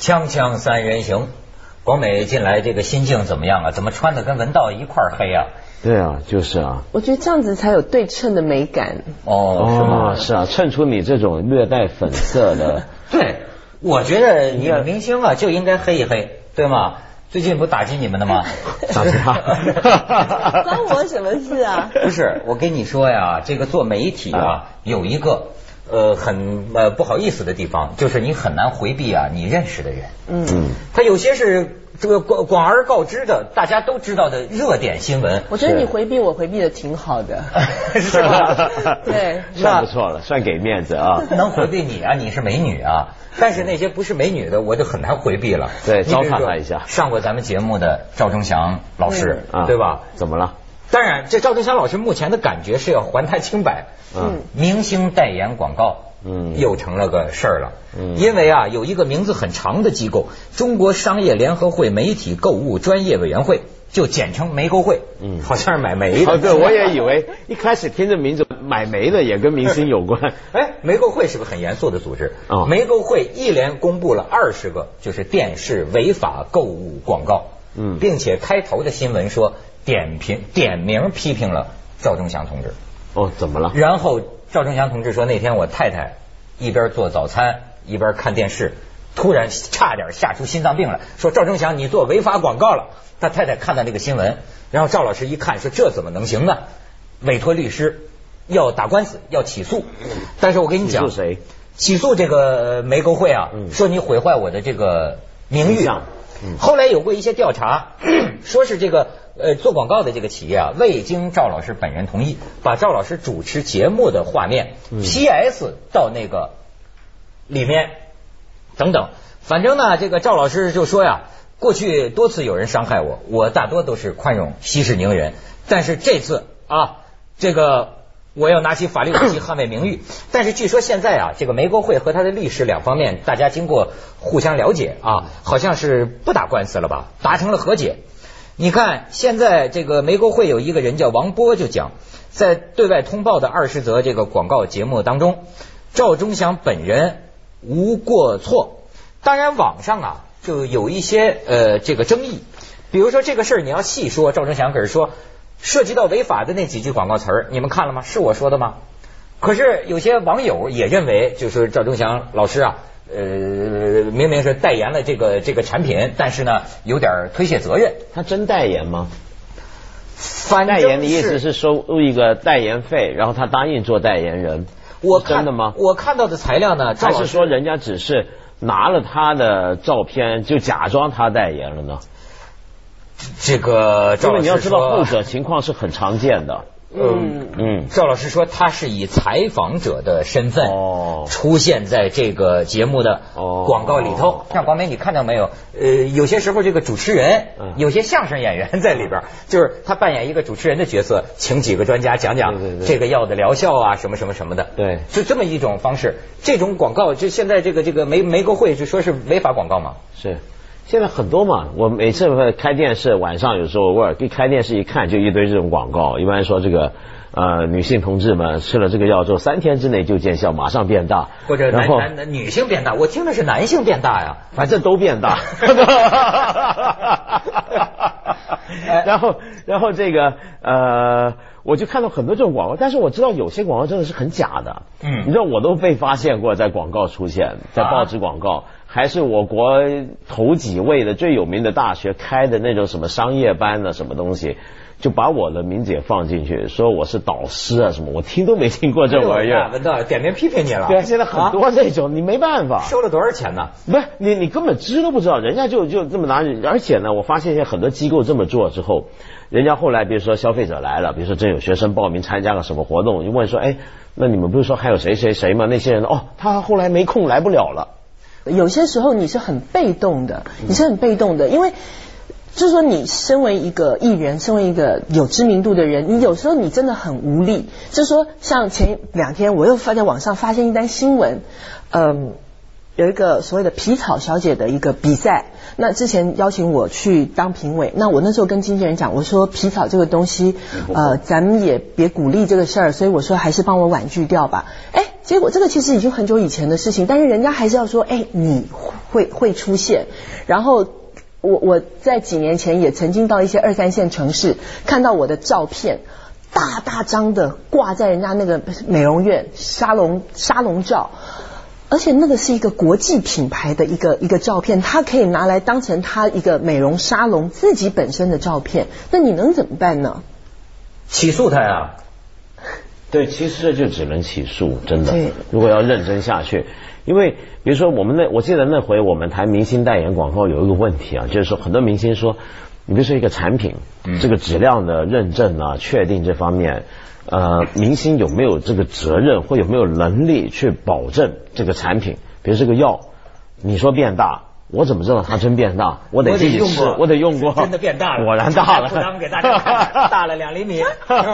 锵锵三人行，广美近来这个心境怎么样啊？怎么穿的跟文道一块儿黑啊？ 对啊，就是啊。 我觉得这样子才有对称的美感。 哦，是吗？ 是啊，衬出你这种略带粉色的。 对，我觉得你们明星啊就应该黑一黑，对吗？最近不打击你们的吗？ 打击他。 关我什么事啊？ 不是，我跟你说呀，这个做媒体啊，有一个很不好意思的地方，就是你很难回避啊你认识的人。他有些是这个广而告之的，大家都知道的热点新闻。 我觉得你回避我回避的挺好的。 是吧？ 对， 算不错了，算给面子啊。 能回避你啊，你是美女啊。但是那些不是美女的，我就很难回避了。 对，糟蹋他一下。 上过咱们节目的赵忠祥老师，对吧？ 怎么了？ 当然，这赵忠祥老师目前的感觉是要还他清白。明星代言广告，又成了个事儿了。因为啊，有一个名字很长的机构——中国商业联合会媒体购物专业委员会，就简称媒购会。好像是买煤的。 对，我也以为一开始听这名字，买煤的也跟明星有关。 媒购会是个很严肃的组织。媒购会一连公布了20个就是电视违法购物广告。并且开头的新闻说点名批评了赵忠祥同志。 怎么了？ 然后赵忠祥同志说，那天我太太一边做早餐一边看电视，突然差点吓出心脏病来，说赵忠祥你做违法广告了。他太太看到那个新闻，然后赵老师一看说这怎么能行呢？委托律师要打官司要起诉。但是我跟你讲， 起诉谁？ 起诉这个媒购会啊，说你毁坏我的这个名誉。后来有过一些调查，说是这个做广告的这个企业啊，未经赵老师本人同意，把赵老师主持节目的画面PS 到那个里面等等。反正呢，这个赵老师就说呀，过去多次有人伤害我，我大多都是宽容息事宁人，但是这次啊，这个我要拿起法律武器捍卫名誉。但是据说现在啊，这个媒购会和他的律师两方面，大家经过互相了解啊，好像是不打官司了吧，达成了和解。你看现在这个媒购会有一个人叫王波，就讲在对外通报的20则这个广告节目当中，赵忠祥本人无过错。当然网上啊就有一些这个争议，比如说这个事儿你要细说，赵忠祥可是说涉及到违法的那几句广告词儿，你们看了吗？是我说的吗？可是有些网友也认为，就是赵忠祥老师啊，明明是代言了这个产品，但是呢，有点推卸责任。 他真代言吗？ 反正代言的意思是收入一个代言费，然后他答应做代言人。真的吗？ 我看到的材料呢， 还是说人家只是拿了他的照片就假装他代言了呢？ 这个赵老师说， 因为你要知道后者情况是很常见的。 赵老师说他是以采访者的身份出现在这个节目的广告里头。像广美你看到没有？有些时候这个主持人，有些相声演员在里边，就是他扮演一个主持人的角色，请几个专家讲讲这个药的疗效啊，什么什么什么的。 对， 就这么一种方式。这种广告就现在这个媒购会就说是违法广告嘛？ 是。现在很多嘛，我每次开电视，晚上有时候偶尔一开电视一看，就一堆这种广告。一般说这个女性同志们吃了这个药之后3天之内就见效，马上变大， 或者女性变大，我听的是男性变大呀， 反正都变大。然后这个我就看到很多这种广告，但是我知道有些广告真的是很假的。你知道我都被发现过在广告出现，在报纸广告。还是我国头几位的最有名的大学开的那种什么商业班的什么东西，就把我的名字也放进去，说我是导师啊什么，我听都没听过这玩意儿。 文道点名批评你了。 对，现在很多这种，你没办法。 收了多少钱呢？ 不是你根本知都不知道，人家就这么拿。而且呢，我发现现在很多机构这么做之后，人家后来比如说消费者来了，比如说真有学生报名参加个什么活动，就问说，那你们不是说还有谁吗？那些人他后来没空来不了了。 有些时候你是很被动的，因为就是说你身为一个艺人，身为一个有知名度的人，你有时候你真的很无力。就是说像前2天我又在网上发现一单新闻，有一个所谓的皮草小姐的一个比赛，那之前邀请我去当评委，那我那时候跟经纪人讲，我说皮草这个东西咱们也别鼓励这个事儿，所以我说还是帮我婉拒掉吧。 结果这个其实已经很久以前的事情，但是人家还是要说，哎，你会出现。然后我在几年前也曾经到一些2、3线城市，看到我的照片大大张的挂在人家那个美容院沙龙照，而且那个是一个国际品牌的一个照片，它可以拿来当成它一个美容沙龙自己本身的照片，那你能怎么办呢？ 起诉他呀。 对，其实这就只能起诉，真的。 对， 如果要认真下去，因为比如说我记得那回我们谈明星代言广告有一个问题啊，就是说很多明星说，你比如说一个产品，这个质量的认证啊、确定这方面，明星有没有这个责任或有没有能力去保证这个产品？比如这个药，你说变大。我怎么知道它真变大？我得自己吃，我得用过， 真的变大了， 果然大了。 不当给大家看，大了2厘米。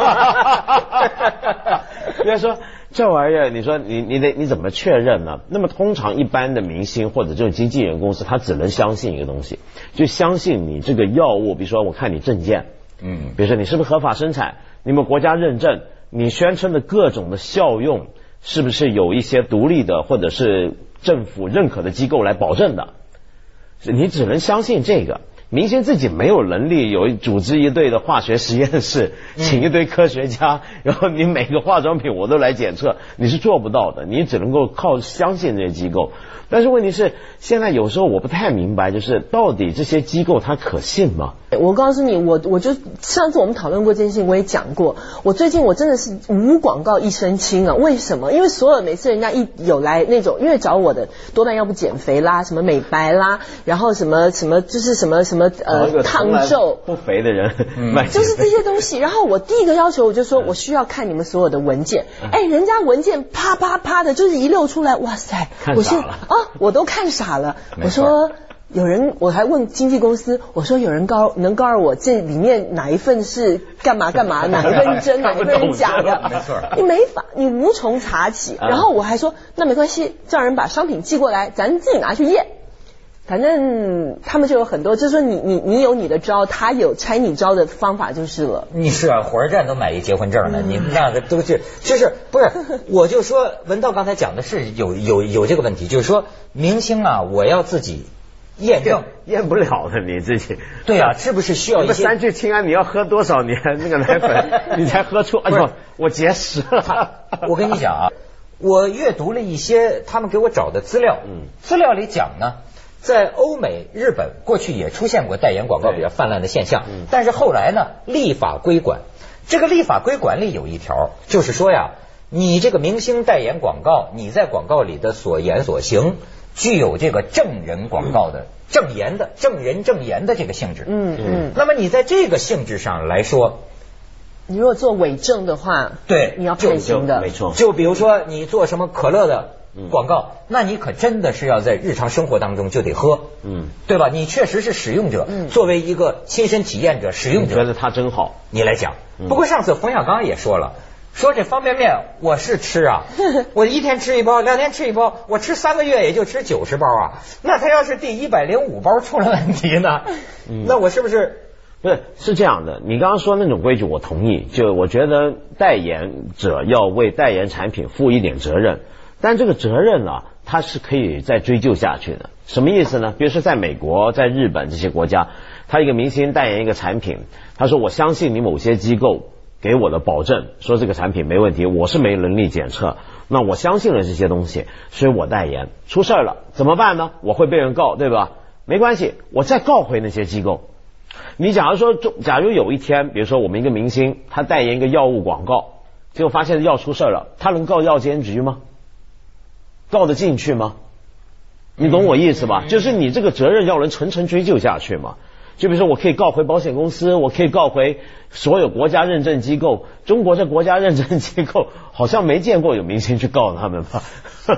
比如说这玩意儿，你说你怎么确认呢？那么通常一般的明星或者这种经纪人公司，他只能相信一个东西，就相信你这个药物，比如说我看你证件，比如说你是不是合法生产，你们国家认证，你宣称的各种的效用是不是有一些独立的或者是政府认可的机构来保证的？你只能相信这个，明星自己没有能力组织一队的化学实验室，请一堆科学家，然后你每个化妆品我都来检测，你是做不到的，你只能够靠相信这些机构。但是问题是，现在有时候我不太明白，就是到底这些机构它可信吗？ 我告诉你，我就上次我们讨论过这件事情，我也讲过，我最近我真的是无广告一身轻啊！为什么？因为每次人家一有来那种，因为找我的多半要不减肥啦，什么美白啦，然后什么就是什么烫皱不肥的人， 就是这些东西。然后我第一个要求我就说，我需要看你们所有的文件。哎，人家文件啪啪啪的，就是一溜出来，哇塞！ 看傻了我都看傻了。我说。我还问经纪公司，我说有人能告诉我这里面哪一份是干嘛，哪一份是真，哪一份是假的？ 没错， 你没法，你无从查起。然后我还说，那没关系，叫人把商品寄过来，咱自己拿去验。反正他们就有很多，就是说你有你的招，他有拆你招的方法就是了。 你是啊，火车站都买一结婚证了，你们那个都就是不是？我就说文道刚才讲的是有这个问题，就是说明星啊，我要自己。验证验不了的，你自己对啊，是不是需要一些 3聚氰胺？你要喝多少年那个奶粉，你才喝出？哎呦，我结石了！ 我跟你讲啊，我阅读了一些他们给我找的资料，资料里讲呢，在欧美、日本过去也出现过代言广告比较泛滥的现象，但是后来呢，立法规管。这个立法规管里有一条，就是说呀，你这个明星代言广告，你在广告里的所言所行。具有这个证人广告的证人证言的这个性质。那么你在这个性质上来说， 你如果做伪证的话， 对， 你要判刑的。 没错。 就比如说你做什么可乐的广告，那你可真的是要在日常生活当中就得喝，对吧？你确实是使用者，作为一个亲身体验者、使用者， 觉得它真好， 你来讲。不过上次冯小刚也说了。说这方便面我是吃啊，我1天吃1包，2天吃1包，我吃3个月也就吃90包啊。那他要是第105包出了问题呢？那我是不是？ 不是这样的。你刚刚说那种规矩我同意，就我觉得代言者要为代言产品负一点责任，但这个责任呢，它是可以再追究下去的。什么意思呢？比如说在美国、在日本这些国家，他一个明星代言一个产品，他说我相信你某些机构。给我的保证说这个产品没问题，我是没能力检测，那我相信了这些东西，所以我代言，出事了怎么办呢？我会被人告，对吧？没关系，我再告回那些机构。你假如有一天，比如说我们一个明星他代言一个药物广告，结果发现药出事了，他能告药监局吗？告得进去吗？你懂我意思吧？就是你这个责任要能层层追究下去嘛。就比如说我可以告回保险公司，我可以告回所有国家认证机构。中国这国家认证机构好像没见过有明星去告他们吧。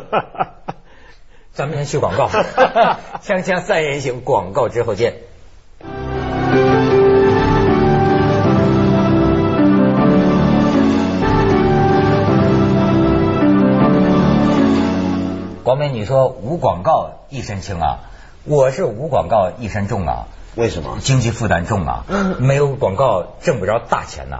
咱们先去广告。锵锵3人行，广告之后见。广美，你说无广告一身轻啊，我是无广告一身重啊。 为什么？ 经济负担重啊，没有广告挣不着大钱呐。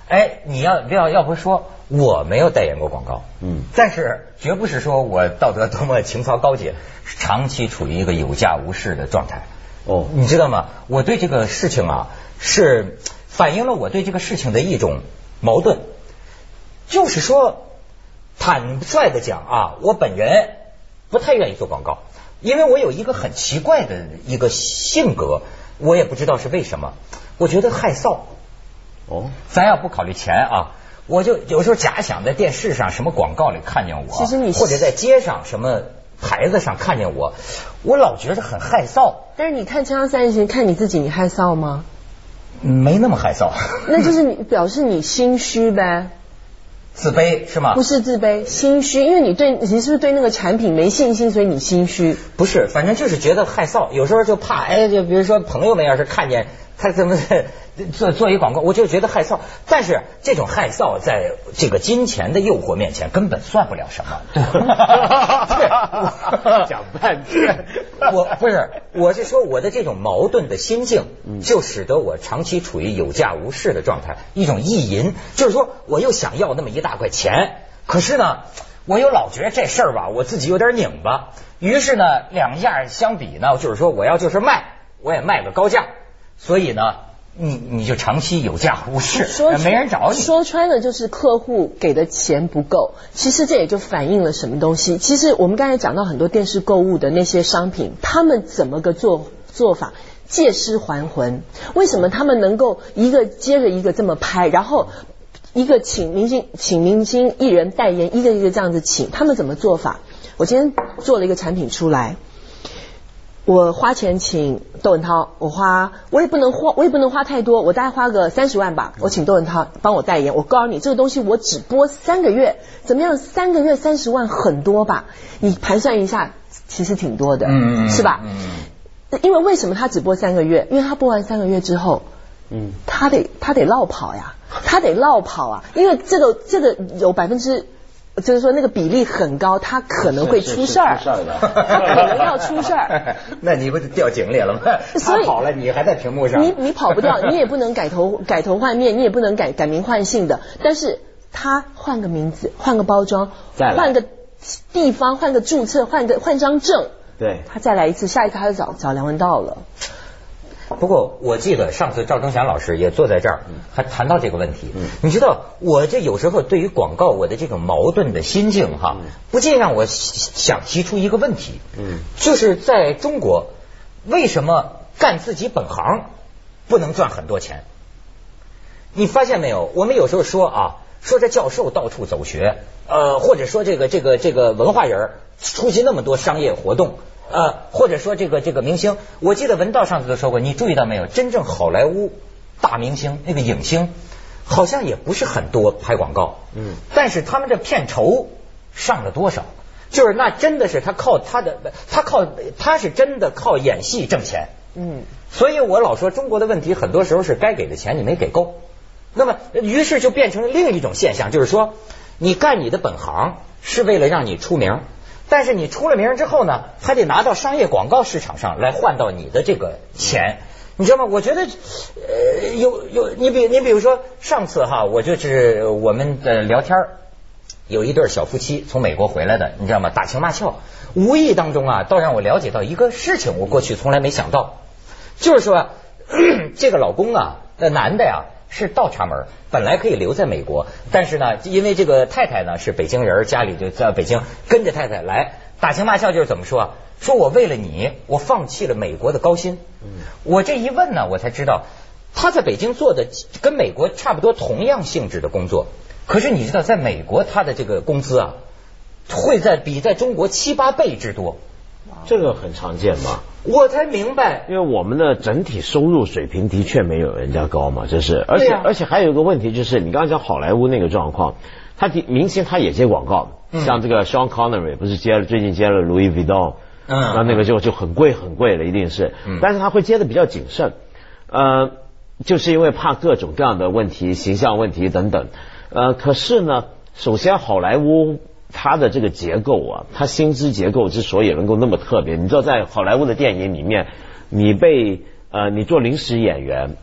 哎，你要不说我没有代言过广告，但是绝不是说我道德多么情操高洁，长期处于一个有价无市的状态。哦，你知道吗？我对这个事情啊，是反映了我对这个事情的一种矛盾，就是说，坦率的讲啊，我本人不太愿意做广告，因为我有一个很奇怪的一个性格，我也不知道是为什么，我觉得害臊。哦，咱要不考虑钱啊，我就有时候假想在电视上什么广告里看见我， 其实你或者在街上什么牌子上看见我，我老觉得很害臊。 但是你看《锵锵三人行》，看你自己，你害臊吗？ 没那么害臊。 那就是你表示你心虚呗。 自卑是吗？ 不是自卑，心虚，因为你是不是对那个产品没信心，所以你心虚？ 不是，反正就是觉得害臊，有时候就怕，哎，就比如说朋友们要是看见他怎么做一广告，我就觉得害臊。但是这种害臊在这个金钱的诱惑面前根本算不了什么。对， 讲半天， 我是说我的这种矛盾的心境，就使得我长期处于有价无市的状态，一种意淫，就是说我又想要那么一大块钱，可是呢，我又老觉得这事儿吧，我自己有点拧巴。于是呢，两样相比呢，就是说我要就是卖，我也卖个高价，所以呢，你就长期有价无市，没人找你。 说穿了就是客户给的钱不够。其实这也就反映了什么东西？其实我们刚才讲到很多电视购物的那些商品，他们怎么个做法？借尸还魂。为什么他们能够一个接着一个这么拍，然后一个请明星艺人代言，一个一个这样子请，他们怎么做法？我今天做了一个产品出来。我花钱请窦文涛，我也不能花太多，我大概花个30万吧，我请窦文涛帮我代言。我告诉你，这个东西我只播3个月，怎么样？3个月30万很多吧？你盘算一下，其实挺多的，是吧？因为什么他只播3个月？因为他播完3个月之后，他得落跑呀，因为这个有%。就是说那个比例很高，他可能会出事儿，他可能要出事儿。 那你不是掉井里了吗？他跑了，你还在屏幕上。 你跑不掉，你也不能改头换面，你也不能改名换姓的。但是他换个名字，换个包装，换个地方，换个注册，换张证， 对， 他再来一次，下一次他就找梁文道了。 不过我记得上次赵忠祥老师也坐在这儿，还谈到这个问题。你知道，我这有时候对于广告我的这种矛盾的心境哈，不禁让我想提出一个问题，就是在中国为什么干自己本行不能赚很多钱？你发现没有？我们有时候说这教授到处走学，或者说这个文化人出席那么多商业活动。或者说这个明星，我记得文道上次都说过，你注意到没有？真正好莱坞大明星那个影星，好像也不是很多拍广告，但是他们的片酬上了多少？就是那真的是他是真的靠演戏挣钱，所以我老说中国的问题很多时候是该给的钱你没给够，那么于是就变成了另一种现象，就是说你干你的本行是为了让你出名。但是你出了名之后呢，还得拿到商业广告市场上来换到你的这个钱，你知道吗？我觉得你比如说上次我就是我们的聊天有一对小夫妻从美国回来的，你知道吗？打情骂俏，无意当中倒让我了解到一个事情，我过去从来没想到，就是说这个老公男的是倒插门，本来可以留在美国，但是呢，因为这个太太呢是北京人，家里就在北京，跟着太太来打情骂俏，就是怎么说我为了你，我放弃了美国的高薪。我这一问呢，我才知道他在北京做的跟美国差不多同样性质的工作，可是你知道，在美国他的这个工资会比在中国7、8倍之多。 这个很常见嘛， 我才明白， 因为我们的整体收入水平的确没有人家高嘛，这是，而且还有一个问题就是，你刚刚讲好莱坞那个状况，明星他也接广告，像这个 Sean Connery 不是最近接了 Louis Vuitton，那个就很贵了，一定是，但是他会接的比较谨慎，就是因为怕各种各样的问题，形象问题等等，可是呢，首先好莱坞它的这个结构它薪资结构之所以能够那么特别，你知道在好莱坞的电影里面，你做临时演员，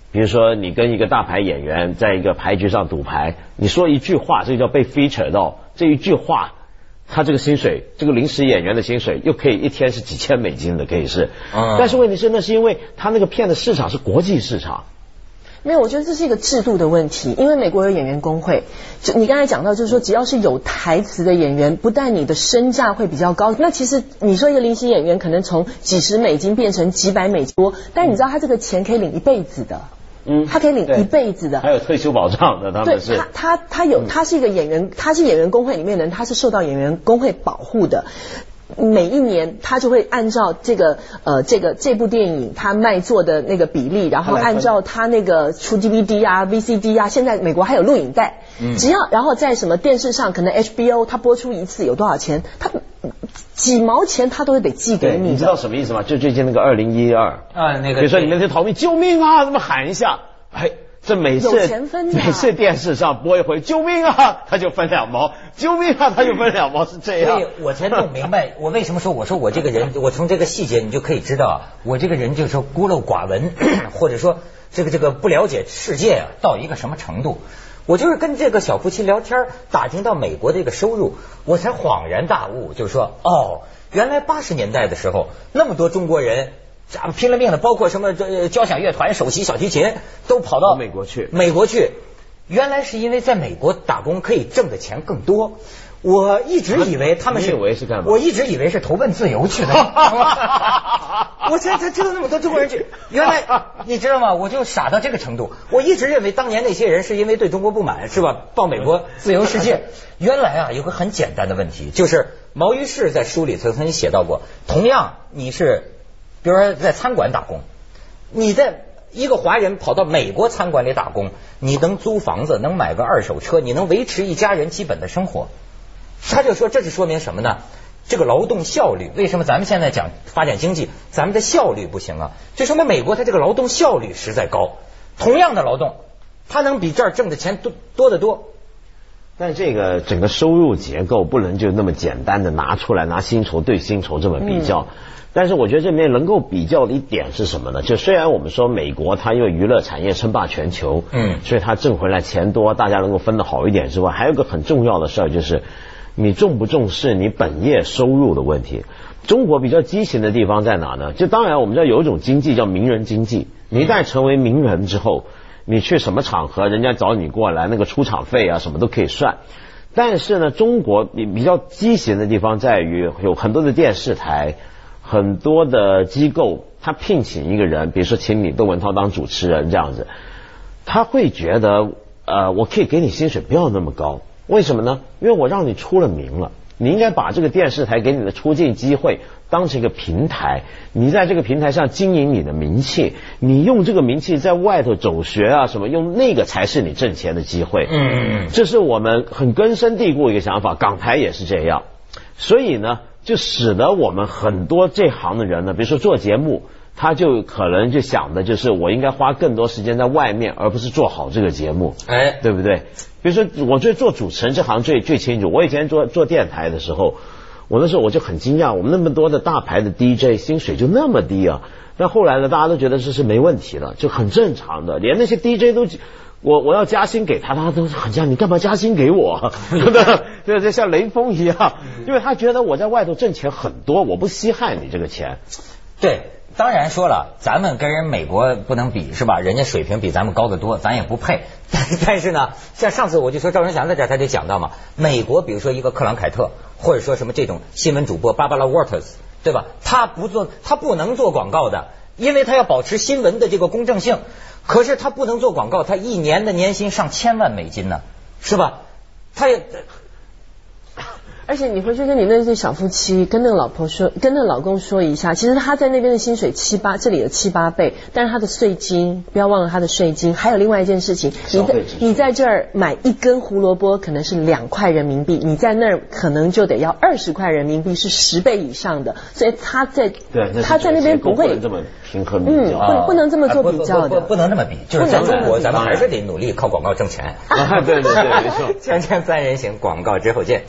比如说你跟一个大牌演员在一个牌局上赌牌，你说一句话，这个叫被 feature 到，这一句话他这个薪水，这个临时演员的薪水又可以一天是几千美金的，可以是。但是问题是，那是因为他那个片的市场是国际市场。 没有，我觉得这是一个制度的问题，因为美国有演员工会。就你刚才讲到，就是说只要是有台词的演员，不但你的身价会比较高，那其实你说一个临时演员可能从几十美金变成几百美金多，但你知道他这个钱可以领一辈子的。他可以领一辈子的， 还有退休保障的，他们是。 对，他是一个演员，他是演员工会里面的人，他是受到演员工会保护的。每一年他就会按照这部电影他卖座的那个比例，然后按照他那个出 DVD 啊 VCD 啊，现在美国还有录影带，只要然后在什么电视上可能 HBO 他播出一次有多少钱，他几毛钱他都得寄给你。 你知道什么意思吗？就最近那个2012 那个， 比如说你们在逃命救命啊，这么喊一下，哎。这每次电视上播一回救命啊，他就分2毛，救命啊，他就分2毛，是这样。 所以我才弄明白，我为什么说我这个人，我从这个细节你就可以知道，我这个人就是说孤陋寡闻，或者说这个不了解世界啊，到一个什么程度。我就是跟这个小夫妻聊天，打听到美国的这个收入，我才恍然大悟，就是说原来80年代的时候，那么多中国人。拼了命的，包括什么交响乐团、首席小提琴都跑到美国去。 原来是因为在美国打工可以挣的钱更多。我一直以为他们是，我一直以为是投奔自由去的。我才知道那么多中国人去，原来你知道吗？我就傻到这个程度。我一直认为当年那些人是因为对中国不满，是吧？到美国自由世界。原来有个很简单的问题，就是毛于轼在书里曾经写到过，同样你是。比如说在餐馆打工，你在一个华人跑到美国餐馆里打工，你能租房子，能买个2手车，你能维持一家人基本的生活。他就说这是说明什么呢？这个劳动效率，为什么咱们现在讲发展经济，咱们的效率不行啊？就说明美国它这个劳动效率实在高，同样的劳动，它能比这儿挣的钱多得多。 但这个整个收入结构不能就那么简单的拿出来拿薪酬对薪酬这么比较。但是我觉得这里面能够比较的一点是什么呢？就虽然我们说美国它因为娱乐产业称霸全球，所以它挣回来钱多，大家能够分得好一点之外，还有个很重要的事儿就是你重不重视你本业收入的问题。中国比较畸形的地方在哪呢？就当然我们知道有一种经济叫名人经济，你一旦成为名人之后，你去什么场合人家找你过来，那个出场费啊什么都可以算。但是呢，中国比较畸形的地方在于有很多的电视台。很多的机构他聘请一个人，比如说请你窦文涛当主持人这样子，他会觉得我可以给你薪水不要那么高，为什么呢？因为我让你出了名了，你应该把这个电视台给你的出镜机会当成一个平台，你在这个平台上经营你的名气，你用这个名气在外头走学啊什么，用那个才是你挣钱的机会。这是我们很根深蒂固一个想法，港台也是这样。所以呢就使得我们很多这行的人呢，比如说做节目，他就可能就想的就是我应该花更多时间在外面，而不是做好这个节目，对不对？比如说我觉得做主持人这行最清楚。我以前做电台的时候，我那时候我就很惊讶，我们那么多的大牌的 DJ 薪水就那么低啊。但后来呢，大家都觉得这是没问题了，就很正常的，连那些 DJ 都。我要加薪给他都很像你干嘛加薪给我？对，就像雷锋一样，因为他觉得我在外头挣钱很多，我不稀罕你这个钱。 对，当然说了，咱们跟人美国不能比是吧？人家水平比咱们高得多，咱也不配。但是呢，像上次我就说赵忠祥在这儿他就讲到嘛，美国比如说一个克朗凯特，或者说什么这种新闻主播芭芭拉沃特斯，对吧？他不能做广告的，因为他要保持新闻的这个公正性。可是他不能做广告，他一年的年薪上1000万美金呢，是吧？他也， 而且你回去跟你那对小夫妻，跟那个老婆说，跟那个老公说一下，其实他在那边的薪水这里的7、8倍，但是他的税金，不要忘了他的税金。还有另外一件事情，你在这儿买一根胡萝卜可能是2块人民币，你在那儿可能就得要20块人民币，是10倍以上的。所以他在那边不会这么平衡比较， 不能这么做比较的， 不能这么比。就是在中国，咱们还是得努力靠广告挣钱。 对，没错。 锵锵三人行，广告之后见。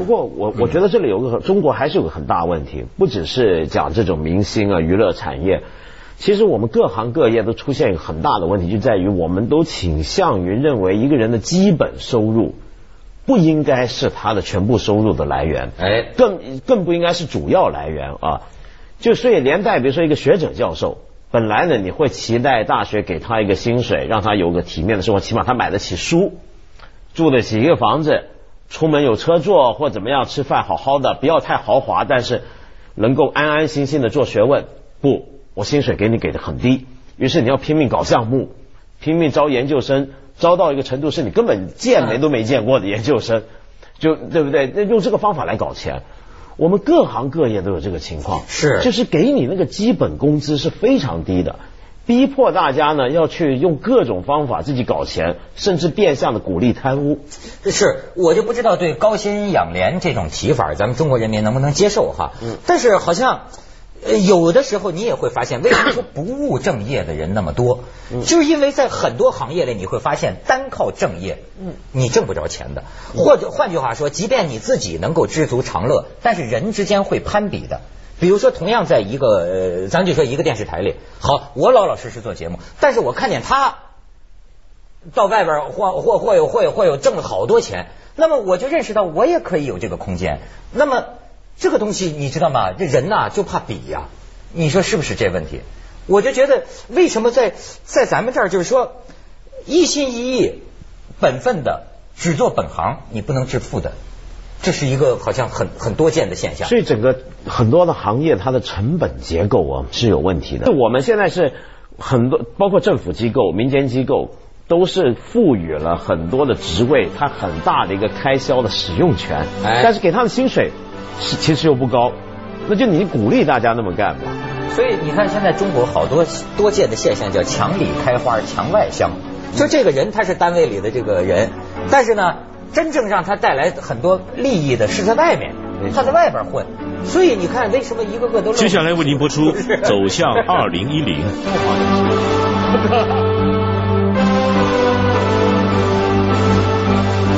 过我觉得这里中国还是有个很大问题，不只是讲这种明星啊娱乐产业，其实我们各行各业都出现一个很大的问题，就在于我们都倾向于认为一个人的基本收入不应该是他的全部收入的来源，更不应该是主要来源啊。就所以连带比如说一个学者教授，本来呢你会期待大学给他一个薪水，让他有个体面的生活，起码他买得起书，住得起一个房子，出门有车坐或怎么样，吃饭好好的，不要太豪华，但是能够安安心心的做学问。不，我薪水给得很低，于是你要拼命搞项目，拼命招研究生，招到一个程度是你根本见都没见过的研究生，就对不对？用这个方法来搞钱。我们各行各业都有这个情况， 是就是给你那个基本工资是非常低的，逼迫大家呢要去用各种方法自己搞钱，甚至变相的鼓励贪污。 是，我就不知道对高薪养廉这种提法，咱们中国人民能不能接受哈？但是好像有的时候你也会发现，为什么说不务正业的人那么多？就是因为在很多行业里，你会发现单靠正业，你挣不着钱的。或者换句话说，即便你自己能够知足常乐，但是人之间会攀比的。比如说，同样在一个咱就说一个电视台里，好，我老老实实做节目，但是我看见他到外边或有挣了好多钱，那么我就认识到我也可以有这个空间。那么这个东西你知道吗？这人呐就怕比呀，你说是不是这问题？我就觉得为什么在咱们这儿就是说一心一意本分的只做本行，你不能致富的，这是一个好像很多见的现象。 所以整个很多的行业它的成本结构啊是有问题的。我们现在是很多包括政府机构、民间机构都是赋予了很多的职位它很大的一个开销的使用权，但是给他的薪水其实又不高，那就你鼓励大家那么干嘛？ 所以你看现在中国好多见的现象叫墙里开花墙外香，就这个人他是单位里的这个人，但是呢真正让他带来很多利益的是在外面，他在外边混。所以你看为什么一个个都。 接下来为您播出《走向2010》。